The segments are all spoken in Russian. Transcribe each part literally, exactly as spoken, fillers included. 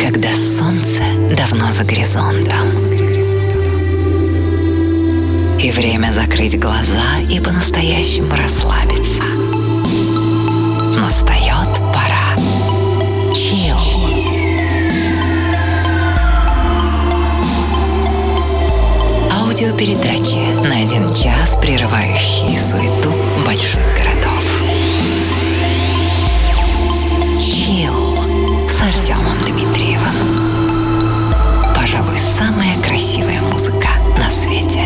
когда солнце давно за горизонтом. И время закрыть глаза и по-настоящему расслабиться. Настает пора. Чил. Аудиопередачи на один час, прерывающие суету больших городов. Чил с Артемом Дмитриевым. Пожалуй, самая красивая музыка на свете.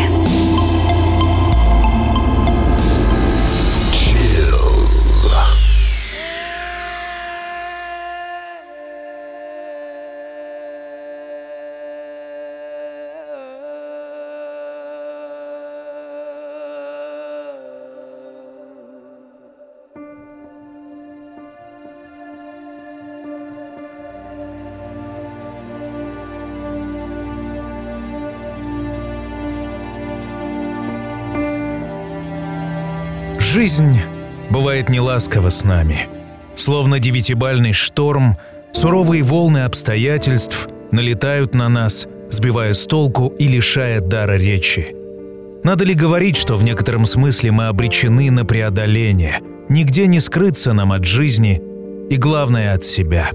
Жизнь бывает неласкова с нами. Словно девятибальный шторм, суровые волны обстоятельств налетают на нас, сбивая с толку и лишая дара речи. Надо ли говорить, что в некотором смысле мы обречены на преодоление? Нигде не скрыться нам от жизни и, главное, от себя.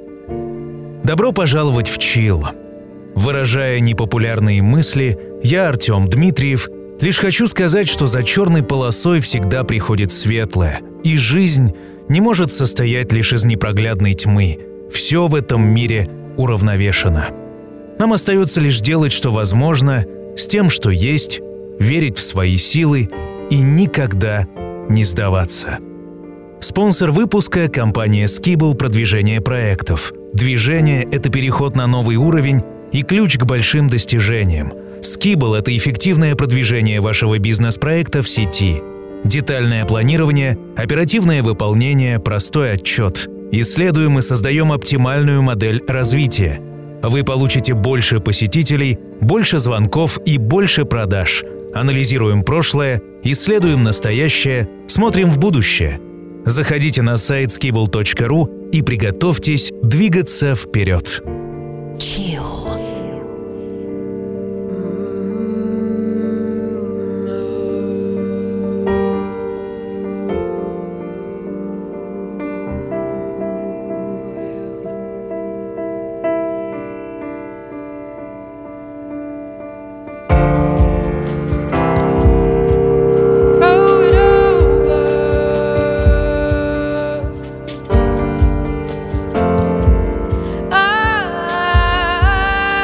Добро пожаловать в Чил. Выражая непопулярные мысли, я, Артем Дмитриев, лишь хочу сказать, что за черной полосой всегда приходит светлое, и жизнь не может состоять лишь из непроглядной тьмы. Все в этом мире уравновешено. Нам остается лишь делать, что возможно, с тем, что есть, верить в свои силы и никогда не сдаваться. Спонсор выпуска – компания Skibble продвижение проектов. Движение – это переход на новый уровень и ключ к большим достижениям. Skibble – это эффективное продвижение вашего бизнес-проекта в сети. Детальное планирование, оперативное выполнение, простой отчет. Исследуем и создаем оптимальную модель развития. Вы получите больше посетителей, больше звонков и больше продаж. Анализируем прошлое, исследуем настоящее, смотрим в будущее. Заходите на сайт skibble точка ру и приготовьтесь двигаться вперед. Chill. Ah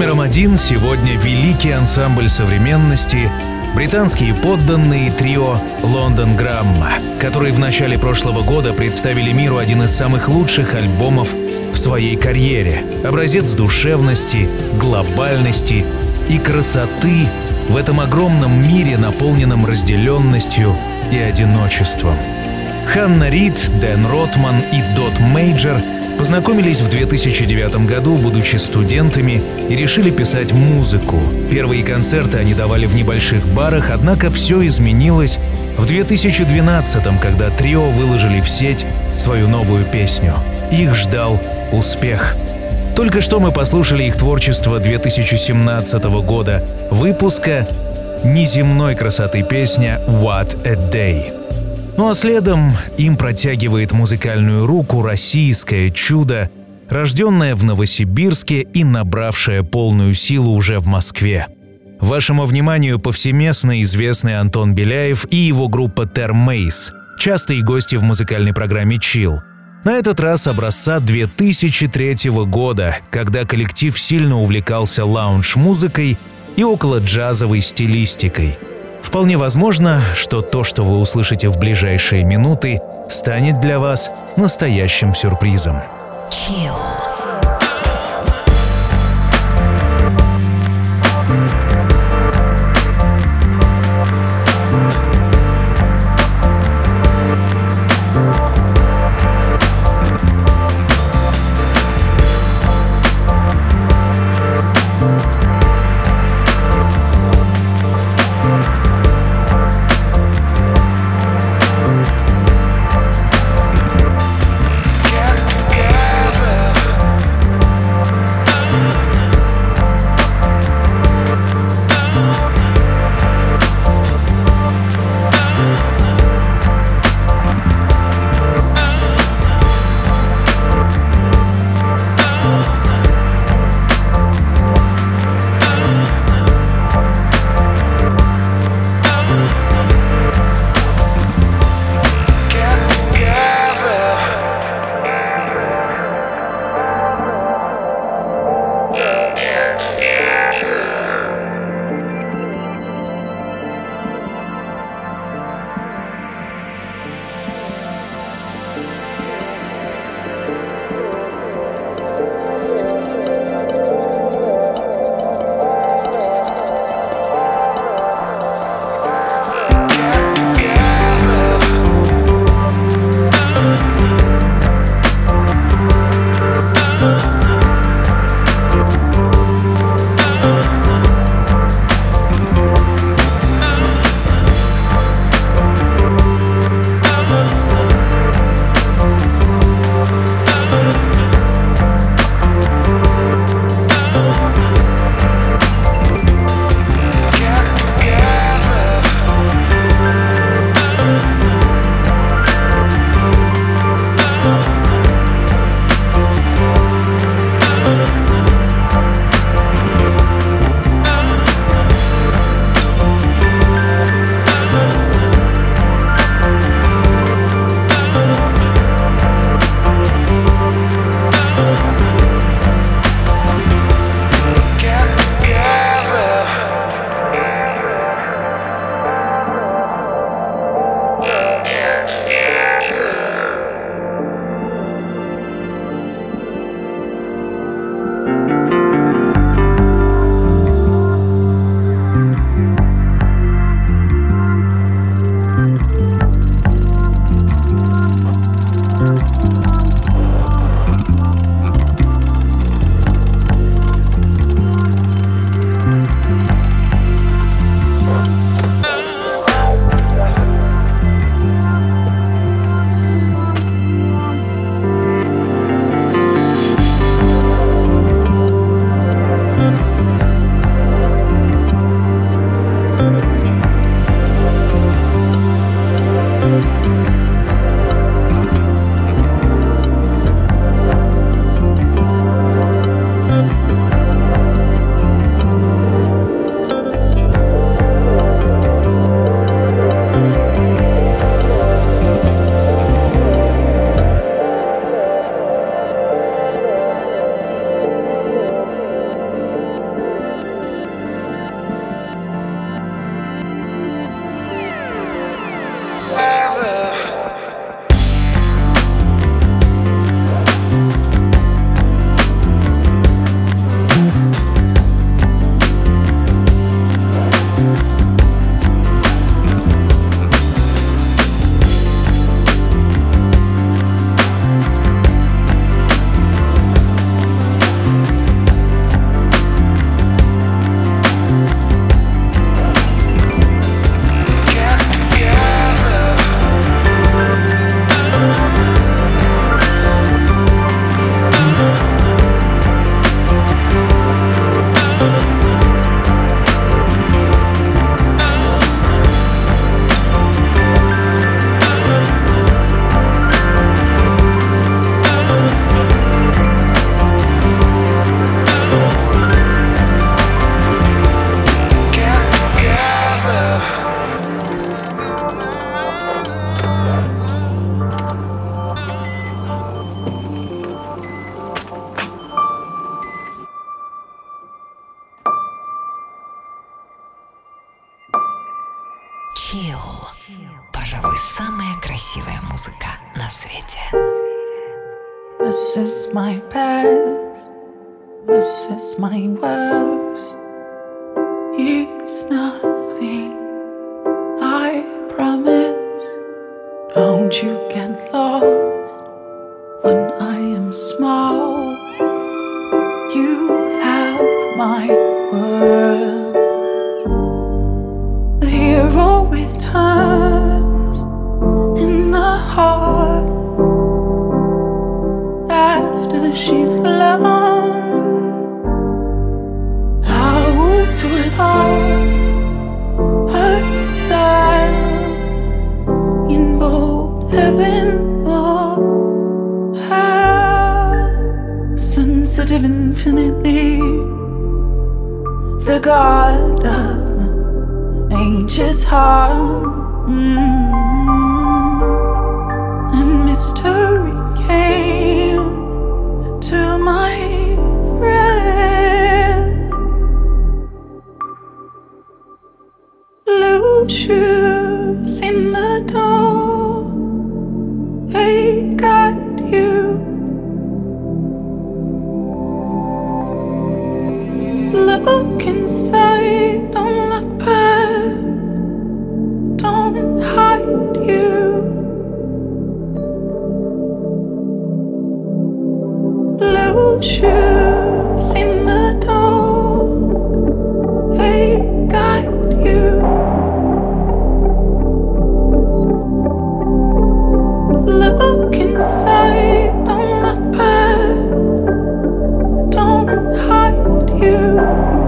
Номером один сегодня великий ансамбль современности, британские подданные трио «Лондон Грамма», которые в начале прошлого года представили миру один из самых лучших альбомов в своей карьере. Образец душевности, глобальности и красоты в этом огромном мире, наполненном разделенностью и одиночеством. Ханна Рид, Дэн Ротман и Дот Мейджор познакомились в две тысячи девятом году, будучи студентами, и решили писать музыку. Первые концерты они давали в небольших барах, однако все изменилось в две тысячи двенадцатом, когда трио выложили в сеть свою новую песню. Их ждал успех. Только что мы послушали их творчество две тысячи семнадцатого года выпуска, неземной красоты песня «What a Day». Ну а следом им протягивает музыкальную руку российское чудо, рожденное в Новосибирске и набравшее полную силу уже в Москве. Вашему вниманию повсеместно известный Антон Беляев и его группа Термейс, частые гости в музыкальной программе «Chill». На этот раз образца две тысячи третьего года, когда коллектив сильно увлекался лаунж-музыкой и около-джазовой стилистикой. Вполне возможно, что то, что вы услышите в ближайшие минуты, станет для вас настоящим сюрпризом. Chill. Get together. This is my best, this is my worst. It's nothing, I promise. Don't you get lost when I am small. You have my word. The hero returns in the heart after she's learned how to love herself in both heaven or hell. Sensitive infinitely, the God of anxious heart. Mm. And mystery came to my breath. Blue shoes in the door, they guide you. Look inside, don't look back, don't hide you. Blue shoes in the dark, they guide you. Look inside, don't look back, don't hide you.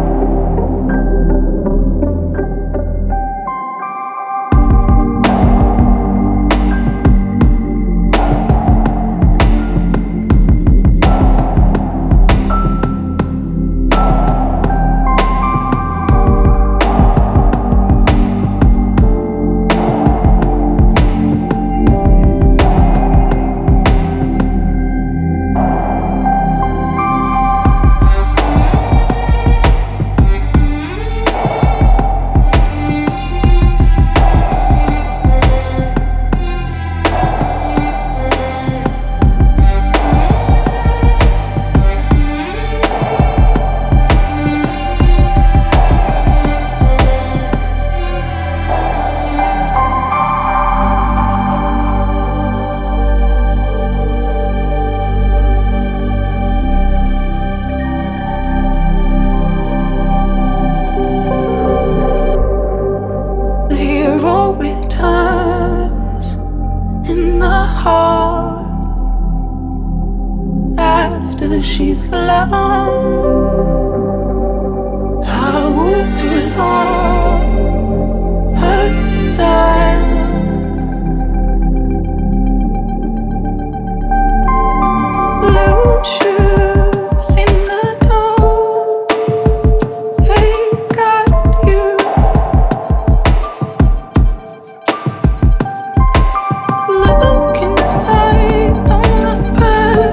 She's learned how to love herself. Blue shoes in the dark, they guide you. Look inside, don't look back.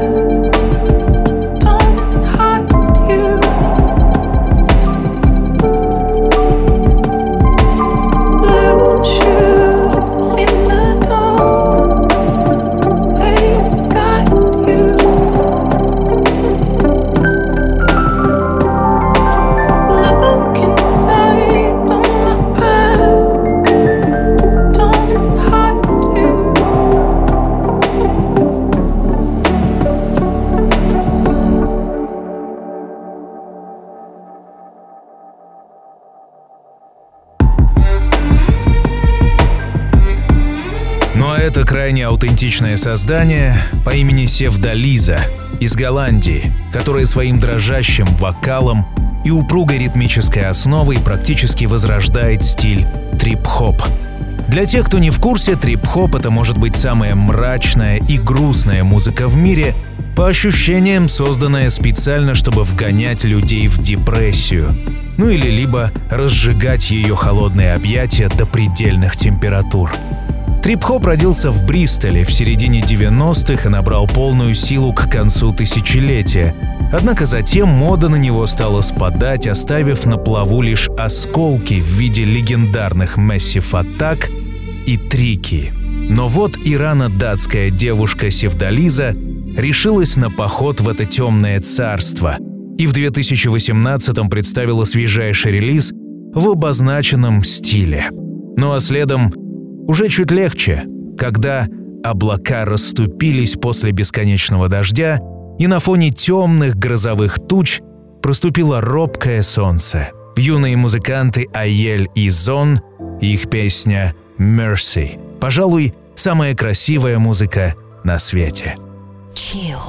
Это крайне аутентичное создание по имени Севдализа из Голландии, которое своим дрожащим вокалом и упругой ритмической основой практически возрождает стиль трип-хоп. Для тех, кто не в курсе, трип-хоп — это может быть самая мрачная и грустная музыка в мире, по ощущениям созданная специально, чтобы вгонять людей в депрессию, ну или либо разжигать ее холодные объятия до предельных температур. Трип-хоп родился в Бристоле в середине девяностых и набрал полную силу к концу тысячелетия. Однако затем мода на него стала спадать, оставив на плаву лишь осколки в виде легендарных Massive Attack и Tricky. Но вот ирано-датская девушка Севдализа решилась на поход в это темное царство и в две тысячи восемнадцатом представила свежайший релиз в обозначенном стиле. Ну а следом уже чуть легче, когда облака расступились после бесконечного дождя, и на фоне темных грозовых туч проступило робкое солнце. Юные музыканты Айель и Зон и их песня «Mercy». Пожалуй, самая красивая музыка на свете. Chill.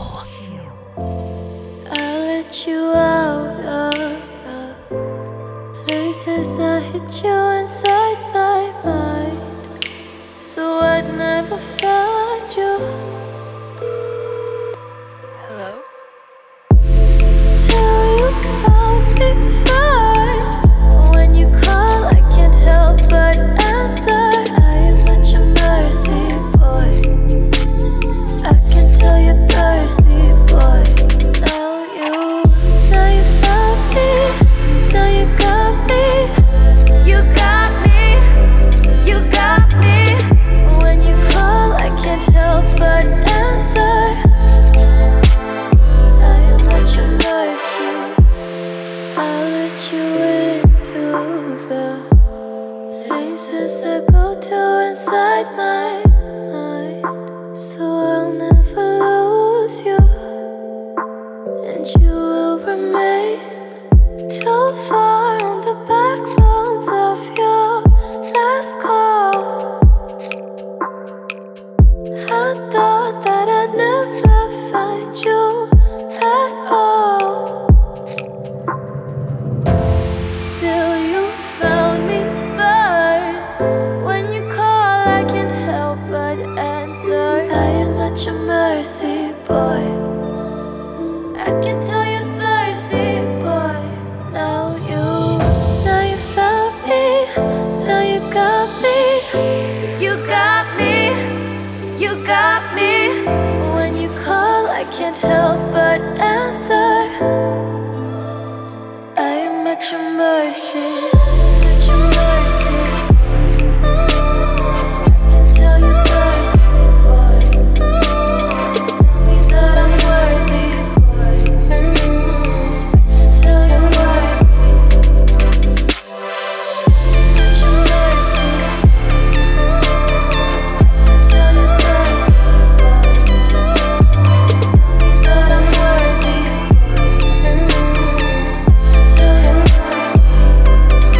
I let you out of the places I hit you inside my mind, so I'd never find you. Hello? Till you found me first. When you call, I can't help but answer. I am at your mercy, boy. I can tell you're thirsty, boy. Now you, now you found me. Now you got me. You got me. You got me. When you call, I can't help but answer. I am at your mercy. I'll let you into the places I go to inside my mind, so I'll never lose you, and you will remain too far on the backbones of your last call. I thought that I'd never find you at all, till you found me first. When you call, I can't help but answer. I am at your mercy, boy. I can tell you're thirsty, boy. Now you, now you found me. Now you got me. You got me. You got me. When you call, I can't help but answer. I am at your mercy. At your mercy. I can tell you're thirsty, boy. Tell me that I'm worthy, boy. I can tell you're worthy. At your mercy. I can tell you're thirsty, boy. Tell me that I'm worthy, boy. I can tell you're worthy.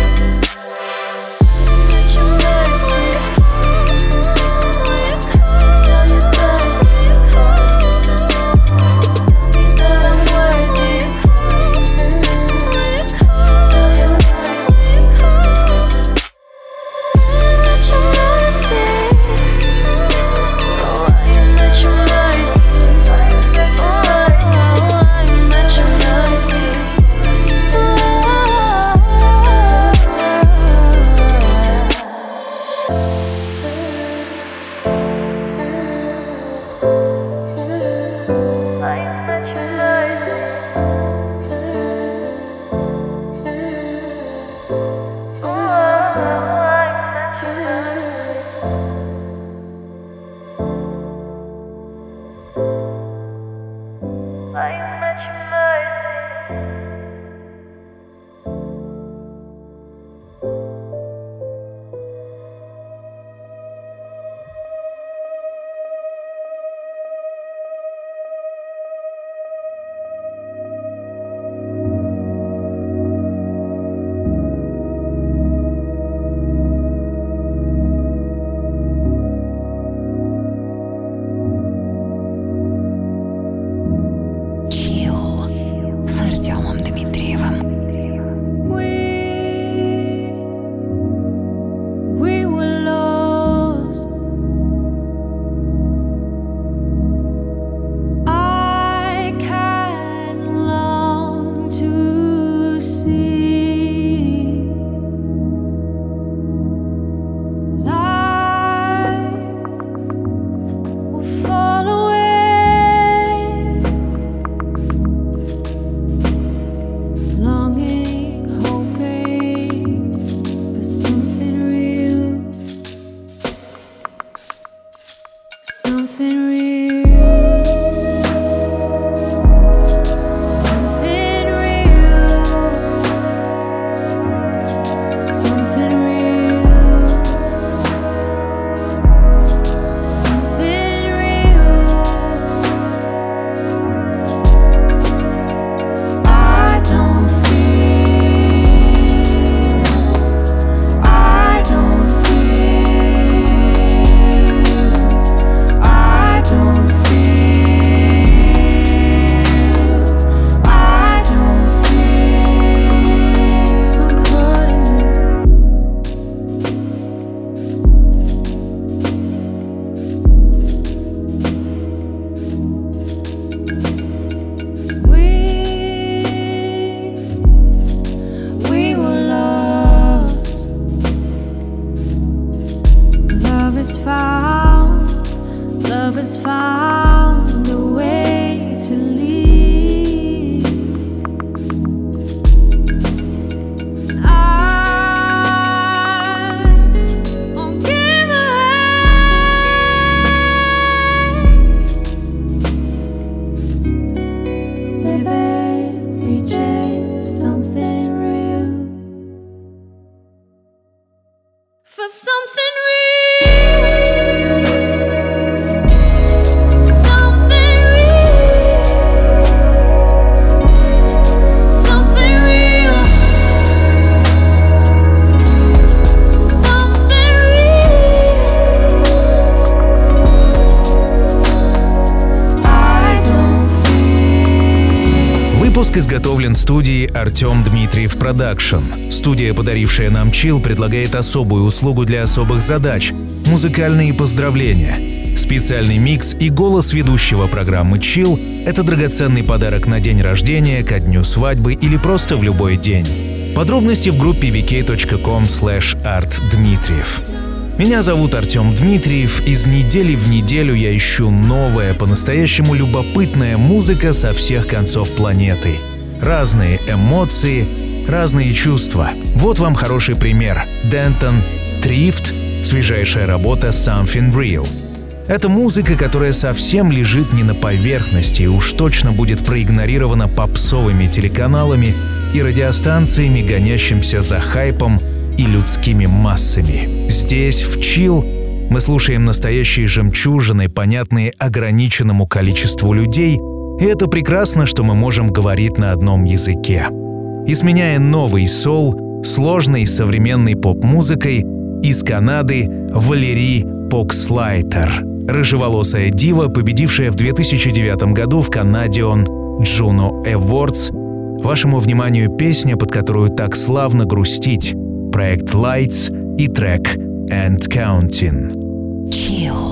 Выпуск изготовлен студией Артем Дмитриев Продакшн. Студия, подарившая нам чил, предлагает особую услугу для особых задач – музыкальные поздравления. Специальный микс и голос ведущего программы «Чил» — это драгоценный подарок на день рождения, ко дню свадьбы или просто в любой день. Подробности в группе ви кей точка ком слэш арт дмитриев. Меня зовут Артем Дмитриев. Из недели в неделю я ищу новая, по-настоящему любопытная музыка со всех концов планеты. Разные эмоции, разные чувства. Вот вам хороший пример. Дентон Трифт, свежайшая работа Something Real. Это музыка, которая совсем лежит не на поверхности и уж точно будет проигнорирована попсовыми телеканалами и радиостанциями, гонящимся за хайпом и людскими массами. Здесь, в Чил, мы слушаем настоящие жемчужины, понятные ограниченному количеству людей, и это прекрасно, что мы можем говорить на одном языке. И сменяя новый соул, сложной современной поп-музыкой, из Канады Валерий Покслайтер, рыжеволосая дива, победившая в две тысячи девятом году в Canadian Juno Awards. Вашему вниманию песня, под которую так славно грустить. Проект Lights и трек And Counting. Chill.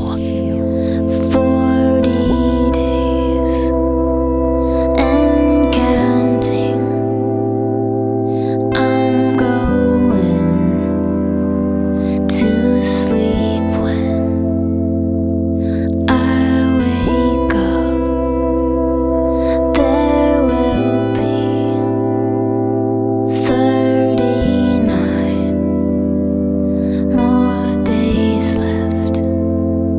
More days left.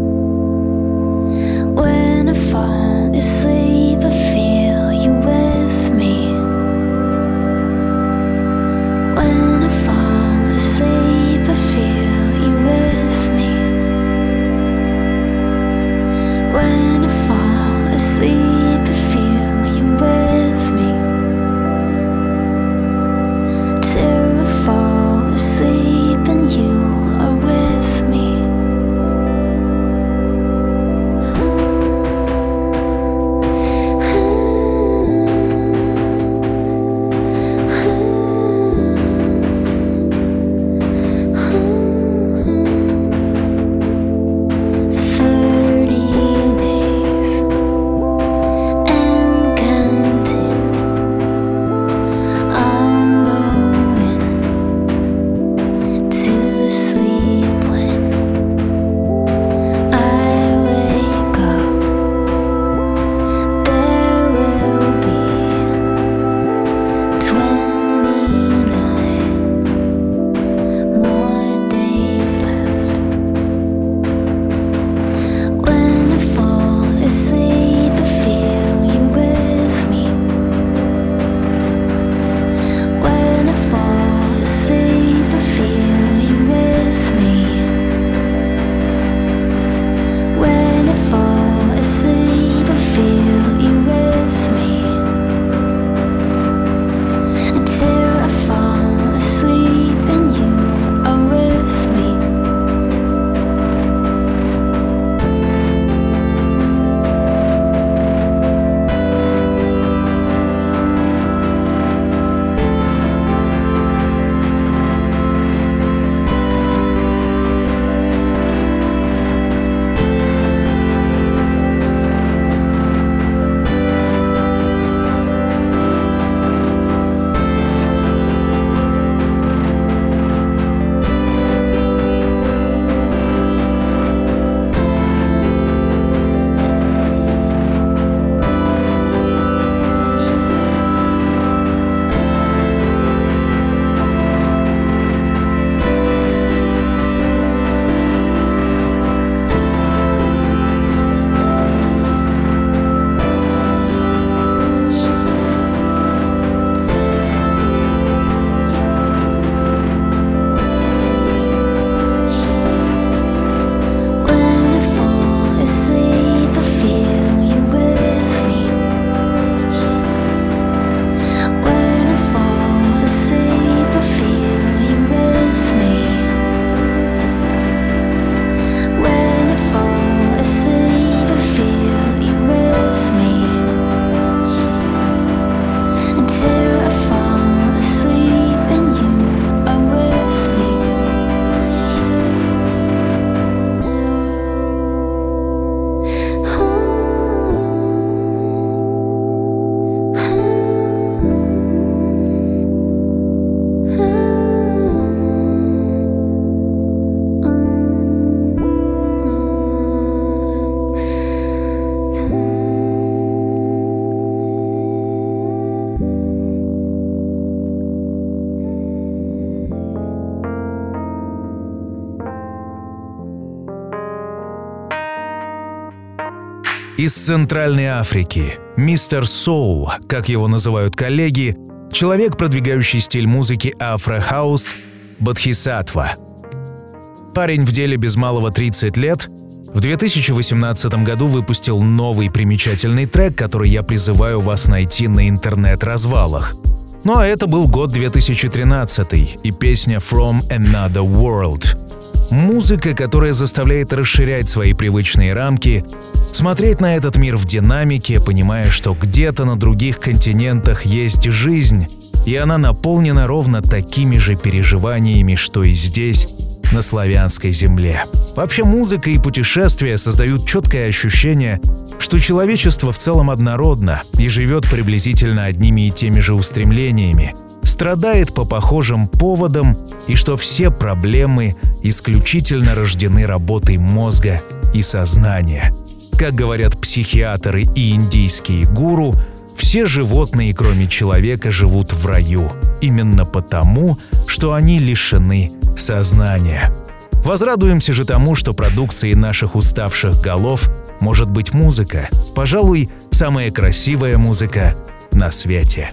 Из Центральной Африки, мистер Соул, как его называют коллеги, человек, продвигающий стиль музыки афро-хаус, Бодхисаттва. Парень в деле без малого тридцать лет, в две тысячи восемнадцатом году выпустил новый примечательный трек, который я призываю вас найти на интернет-развалах. Ну а это был год две тысячи тринадцатый и песня «From Another World». Музыка, которая заставляет расширять свои привычные рамки, смотреть на этот мир в динамике, понимая, что где-то на других континентах есть жизнь, и она наполнена ровно такими же переживаниями, что и здесь, на славянской земле. Вообще, музыка и путешествия создают четкое ощущение, что человечество в целом однородно и живет приблизительно одними и теми же устремлениями, страдает по похожим поводам, и что все проблемы исключительно рождены работой мозга и сознания. Как говорят психиатры и индийские гуру, все животные, кроме человека, живут в раю, именно потому, что они лишены сознания. Возрадуемся же тому, что продукцией наших уставших голов может быть музыка, пожалуй, самая красивая музыка на свете.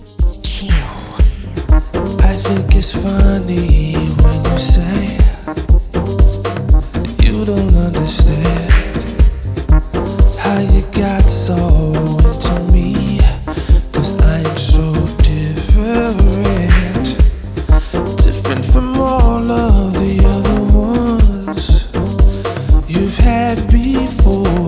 I think it's funny when you say you don't understand how you got so into me, 'cause I'm so different, different from all of the other ones you've had before.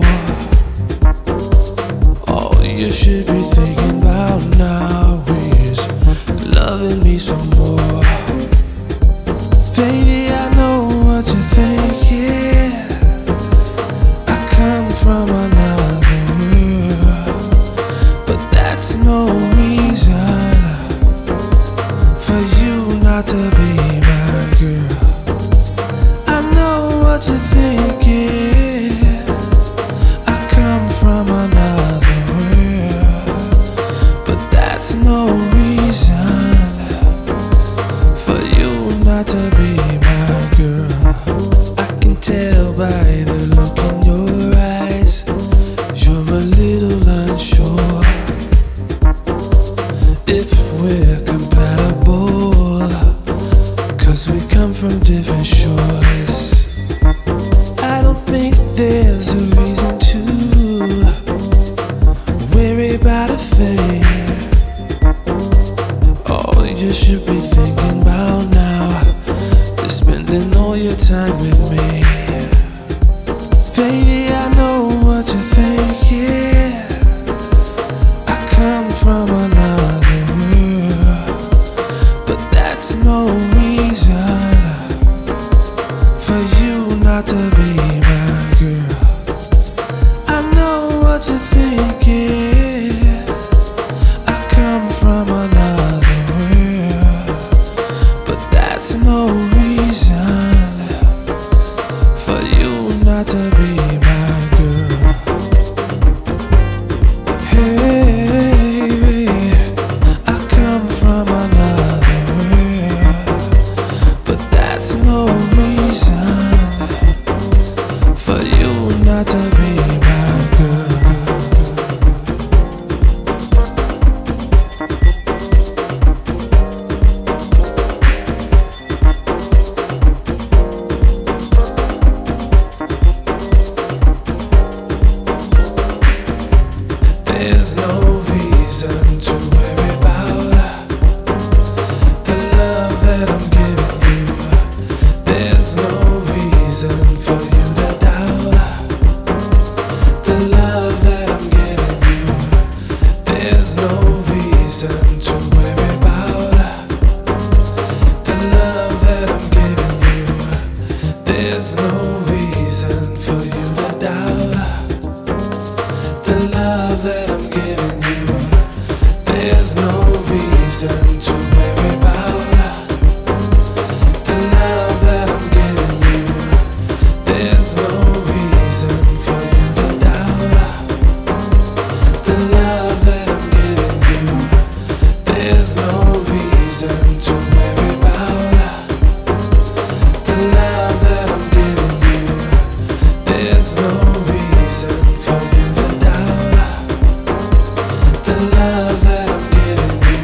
All you should be thinking about now is loving me some more. Baby, I know what you're thinking. I come from another world, but that's no reason for you not to be my girl. I know what you're thinking. I come from another world, but that's no reason for you not to be my girl. I can tell by the look in your eyes, you're a little unsure if we're compatible, 'cause we come from different shores. I don't think there's a reason to worry about a thing. All you should be thinking about now is spending all your time with me. Baby, I know what you're thinking. I come from another world, but that's no reason for you not to be my girl. I know what you're thinking. I come from another world, but that's no reason for you not to be my girl. Hey, baby, I come from another world, but that's no reason for you not to be my girl. There's no reason to worry about the love that I'm giving you. There's no reason for you to doubt the love that I'm giving you. There's no reason to worry about the love that I'm giving you. There's no reason for you to doubt the love that I'm giving you. There's no reason to worry about the love that I'm giving you. There's no reason for you to doubt the love that I'm giving you. love that I'm giving you.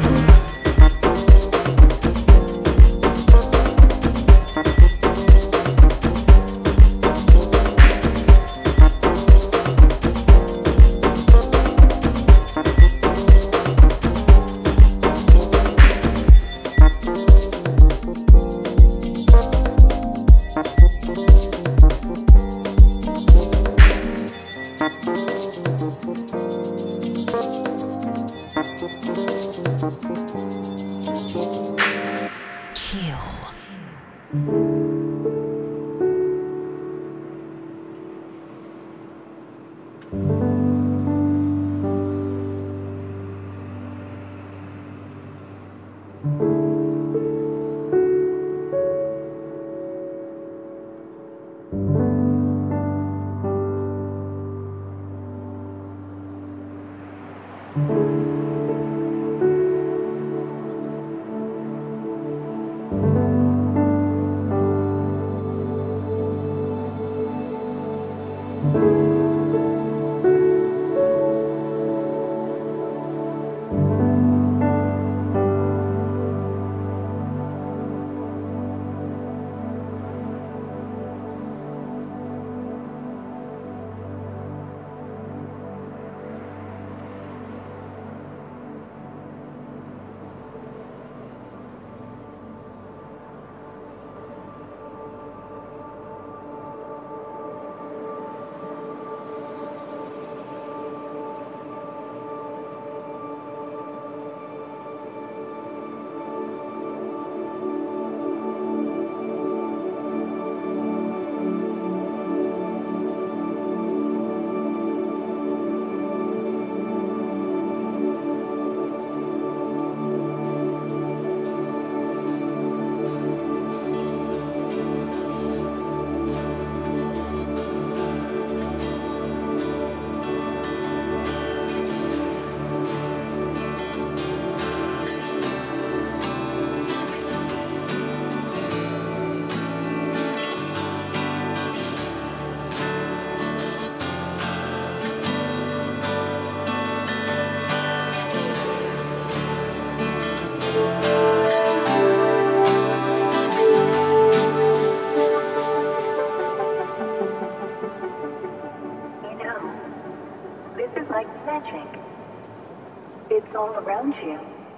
It's all around you.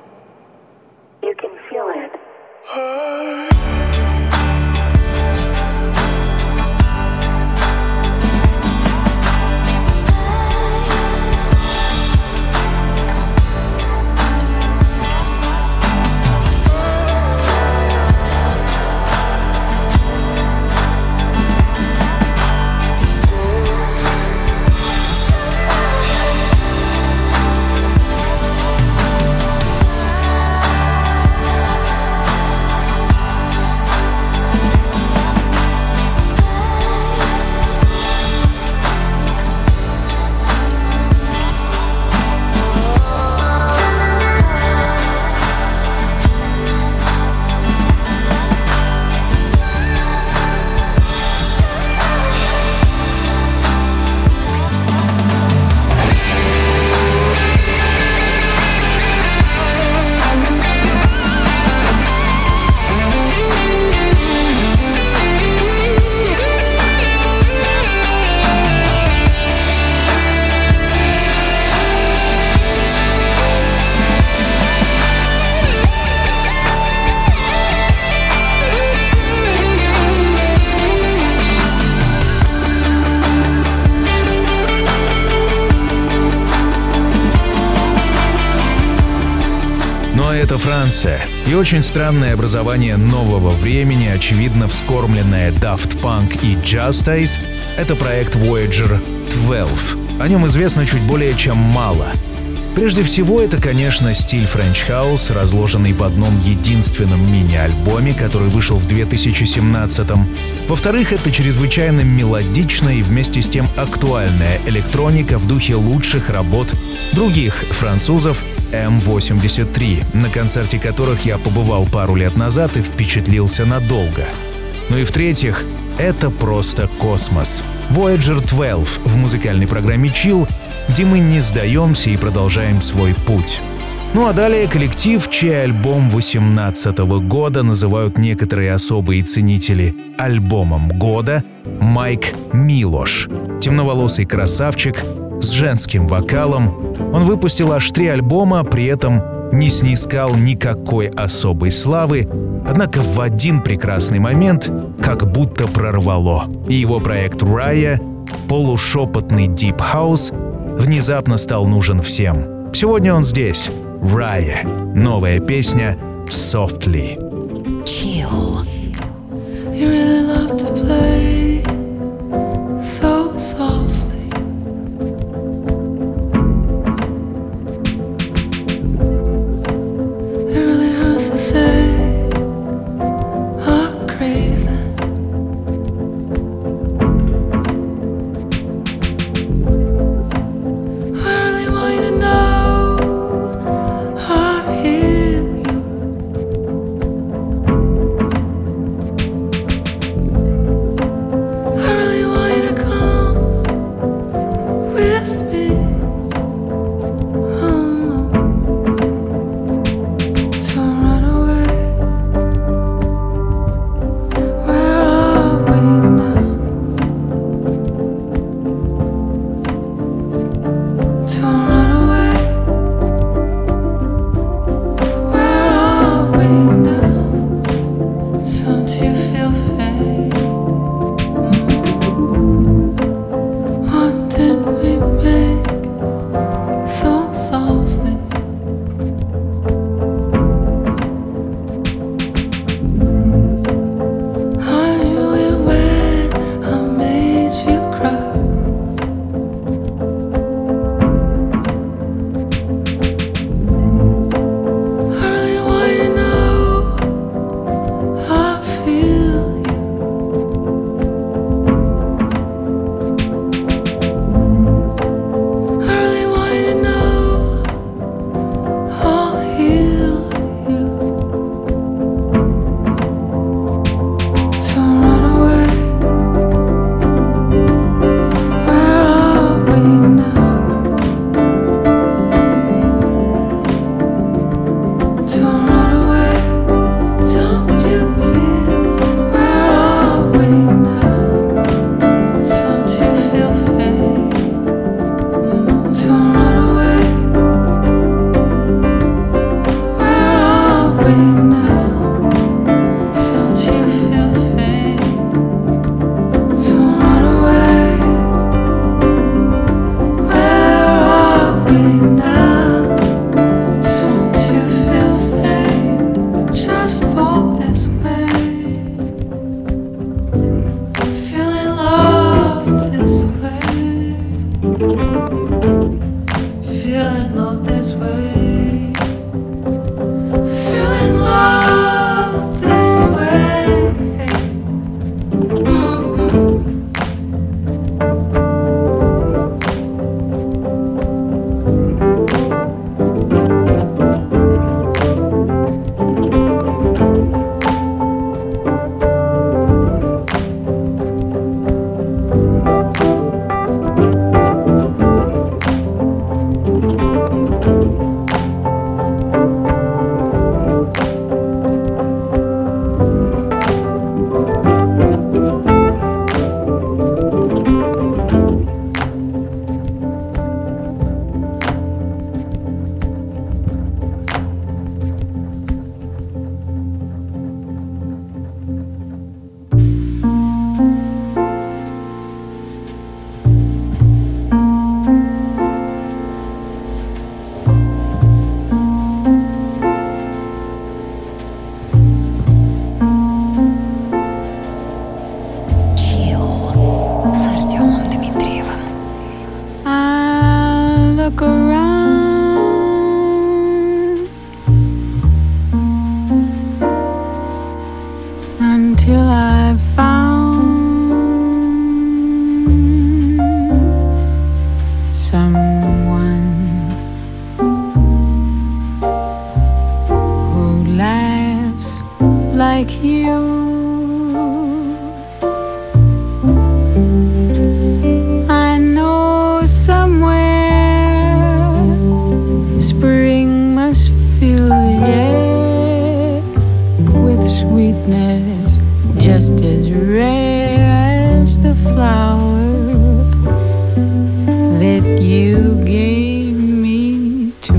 You can feel it. Это Франция, и очень странное образование нового времени, очевидно вскормленное Daft Punk и Justice, это проект Voyager двенадцать. О нем известно чуть более чем мало. Прежде всего, это, конечно, стиль French House, разложенный в одном единственном мини-альбоме, который вышел в две тысячи семнадцатом. Во-вторых, это чрезвычайно мелодичная и вместе с тем актуальная электроника в духе лучших работ других французов эм восемьдесят три, на концерте которых я побывал пару лет назад и впечатлился надолго. Ну и в-третьих, это просто космос. Voyager двенадцать в музыкальной программе Chill — где мы не сдаемся и продолжаем свой путь. Ну а далее коллектив, чей альбом восемнадцатого года называют некоторые особые ценители альбомом года, Майк Милош. Темноволосый красавчик с женским вокалом. Он выпустил аж три альбома, при этом не снискал никакой особой славы, однако в один прекрасный момент как будто прорвало. И его проект Raya, полушепотный Deep House, внезапно стал нужен всем. Сегодня он здесь. Raya. Новая песня Softly. Chill. You really love to play so softly. It really hurts to say I crave that. I really want you to know I hear you.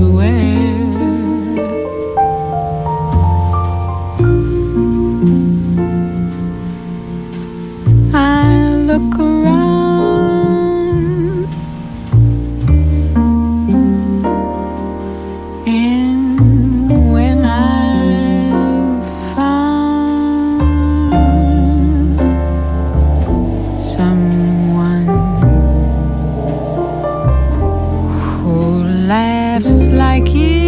elsewhere. I look around and when I found someone who laughs like you,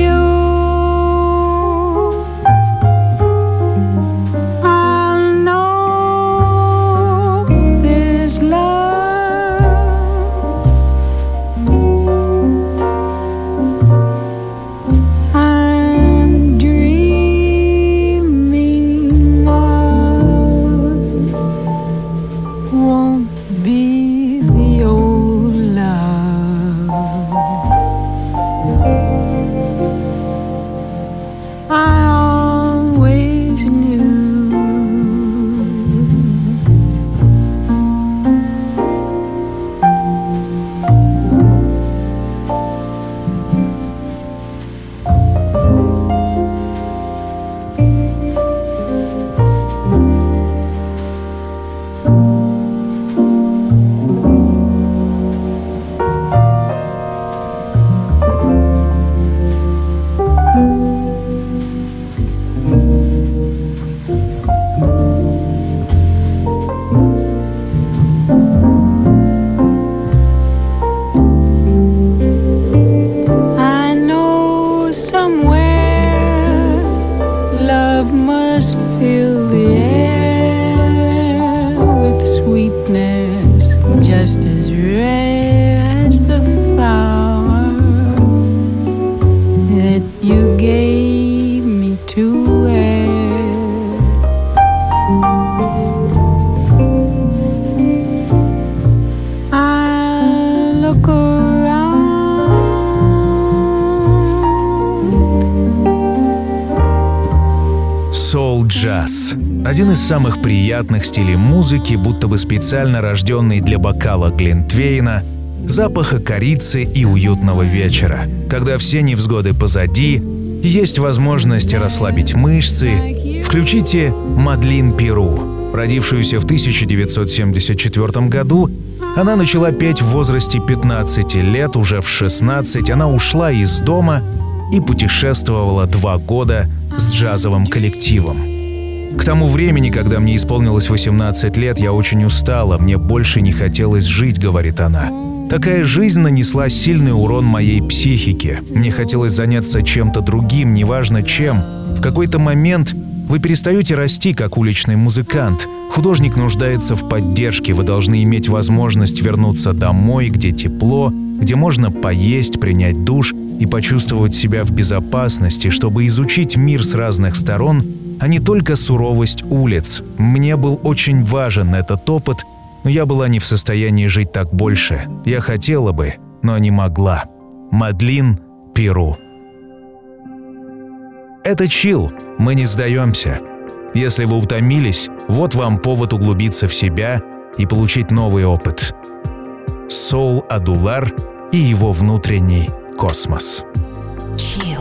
Соул-джаз — один из самых приятных стилей музыки, будто бы специально рожденный для бокала глинтвейна, запаха корицы и уютного вечера, когда все невзгоды позади, есть возможность расслабить мышцы. Включите Мадлен Пиру. Родившуюся в тысяча девятьсот семьдесят четвёртом году, она начала петь в возрасте пятнадцати лет, уже в шестнадцать она ушла из дома и путешествовала два года с джазовым коллективом. К тому времени, когда мне исполнилось восемнадцать лет, я очень устала, мне больше не хотелось жить, говорит она. Такая жизнь нанесла сильный урон моей психике. Мне хотелось заняться чем-то другим, неважно чем. В какой-то момент вы перестаете расти, как уличный музыкант. Художник нуждается в поддержке, вы должны иметь возможность вернуться домой, где тепло, где можно поесть, принять душ и почувствовать себя в безопасности, чтобы изучить мир с разных сторон, а не только суровость улиц. Мне был очень важен этот опыт, но я была не в состоянии жить так больше. Я хотела бы, но не могла. Мадлен Пиру. Это чилл, мы не сдаемся. Если вы утомились, вот вам повод углубиться в себя и получить новый опыт. Соул Адулар и его внутренний космос. Chill.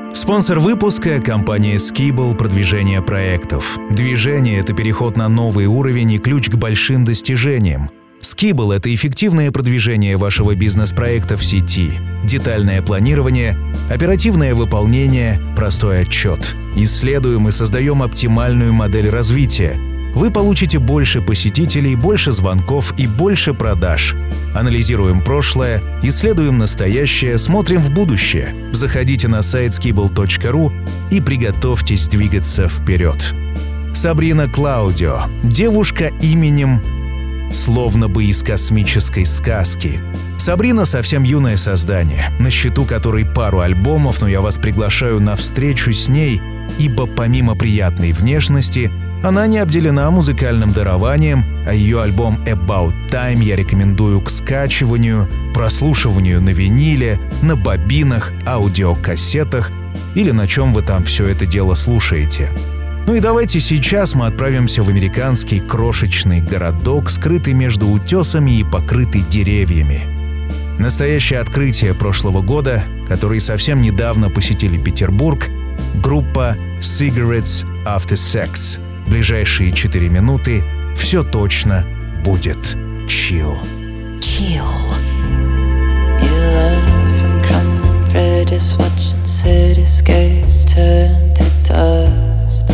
Спонсор выпуска – компания Skibble «Продвижение проектов». Движение – это переход на новый уровень и ключ к большим достижениям. Skibble – это эффективное продвижение вашего бизнес-проекта в сети, детальное планирование, оперативное выполнение, простой отчет. Исследуем и создаем оптимальную модель развития. Вы получите больше посетителей, больше звонков и больше продаж. Анализируем прошлое, исследуем настоящее, смотрим в будущее. Заходите на сайт skibble точка ру и приготовьтесь двигаться вперед. Сабрина Клаудио. Девушка именем словно бы из космической сказки. Сабрина совсем юное создание, на счету которой пару альбомов, но я вас приглашаю на встречу с ней, ибо помимо приятной внешности, она не обделена музыкальным дарованием, а ее альбом «About Time» я рекомендую к скачиванию, прослушиванию на виниле, на бобинах, аудиокассетах или на чем вы там все это дело слушаете. Ну и давайте сейчас мы отправимся в американский крошечный городок, скрытый между утесами и покрытый деревьями. Настоящее открытие прошлого года, который совсем недавно посетили Петербург, группа Cigarettes After Sex. Ближайшие четыре минуты все точно будет chill. Chill. You love from crumbling bridges, watching cityscapes turn to dust.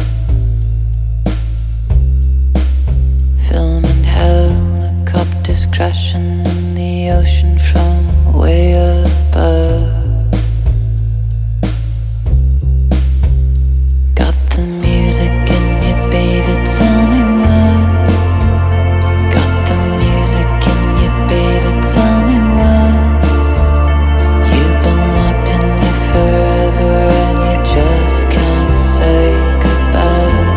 Filming helicopters crashing in the ocean from way above. Got the music in you, baby, tell me why. Got the music in you, baby, tell me why. You've been locked in there forever and you just can't say goodbye.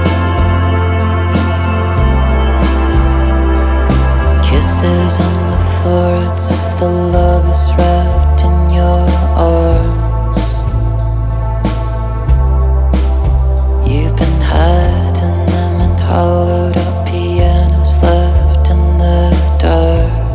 Kisses on the foreheads of the lovers wrapped in your arms. You've been hiding them in hollowed out pianos left in the dark.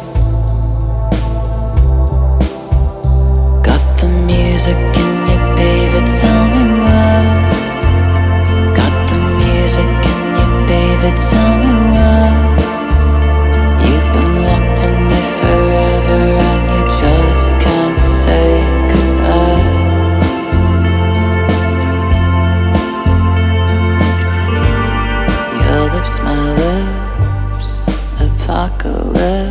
Got the music in you, baby, tell me why. Got the music in you, baby, tell me why. You've been locked in there forever and you just can't say goodbye. Your lips, my lips, apocalypse.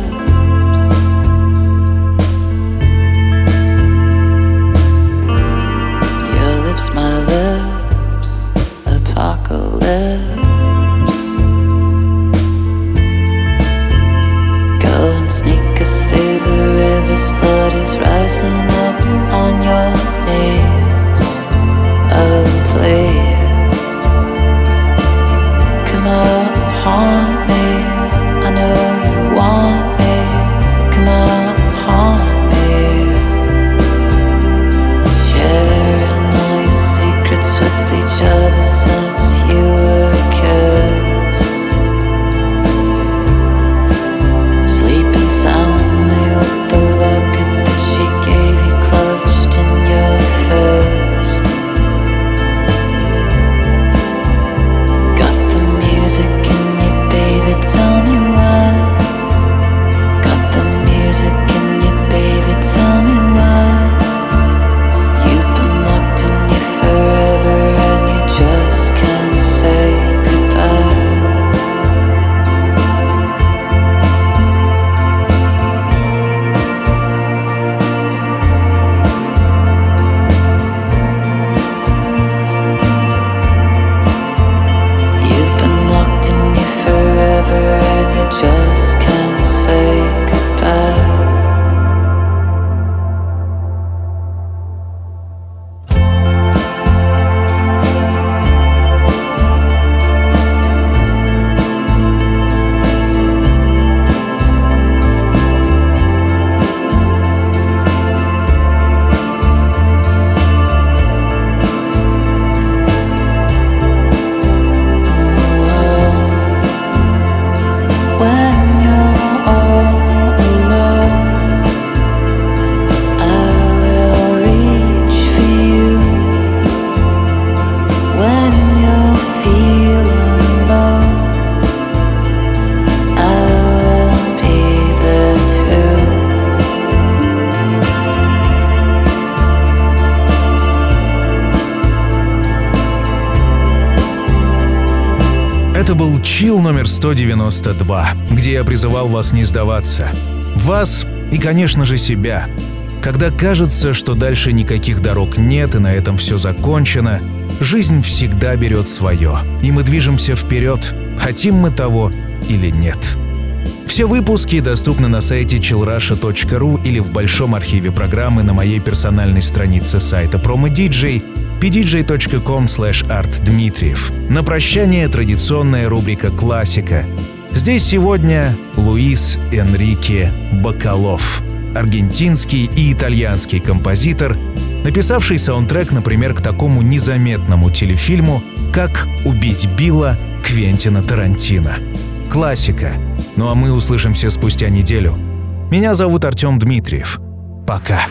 Это был Chill номер сто девяносто два, где я призывал вас не сдаваться. Вас и, конечно же, себя. Когда кажется, что дальше никаких дорог нет и на этом все закончено, жизнь всегда берет свое, и мы движемся вперед, хотим мы того или нет. Все выпуски доступны на сайте чилл раша точка ру или в большом архиве программы на моей персональной странице сайта промо-диджей пи ди джей точка ком слэш арт дмитриев. На прощание традиционная рубрика «Классика». Здесь сегодня Луис Энрике Бакалов, аргентинский и итальянский композитор, написавший саундтрек, например, к такому незаметному телефильму, как «Убить Билла» Квентина Тарантино. Классика. Ну а мы услышимся спустя неделю. Меня зовут Артем Дмитриев. Пока.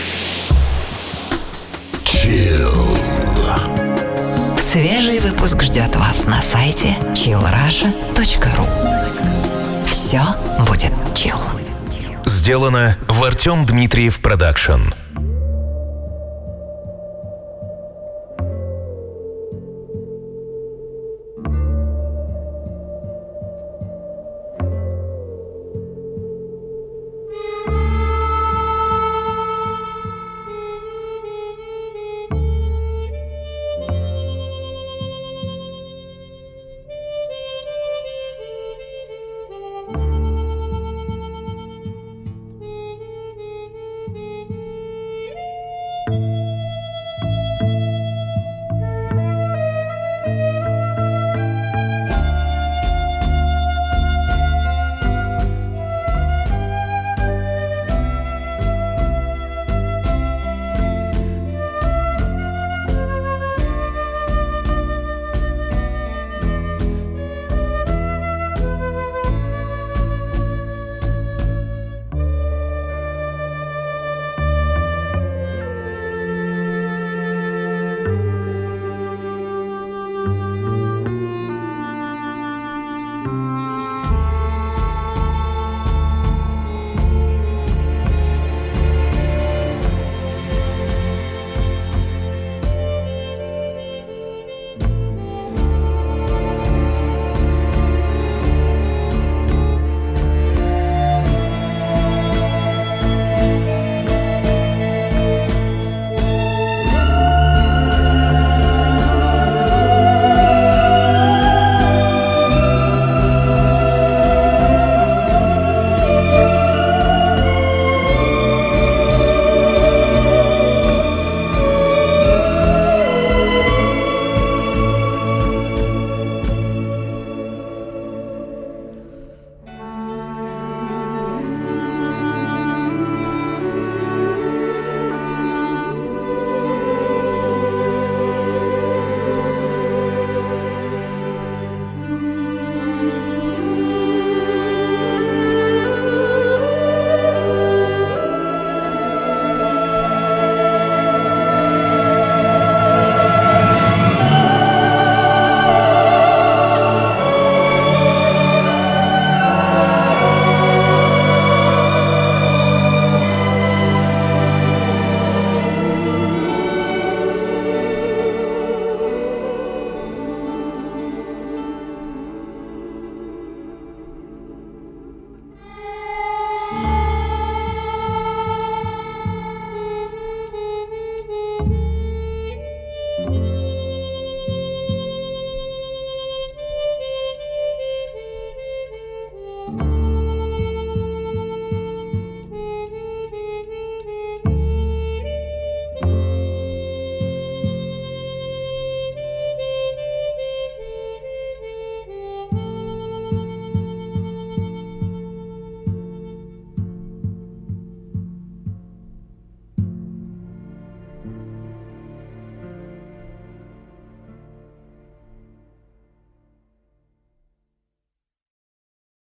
Chill. Свежий выпуск ждет вас на сайте чилл раша точка ру. Все будет chill. Сделано в Артем Дмитриев Продакшн.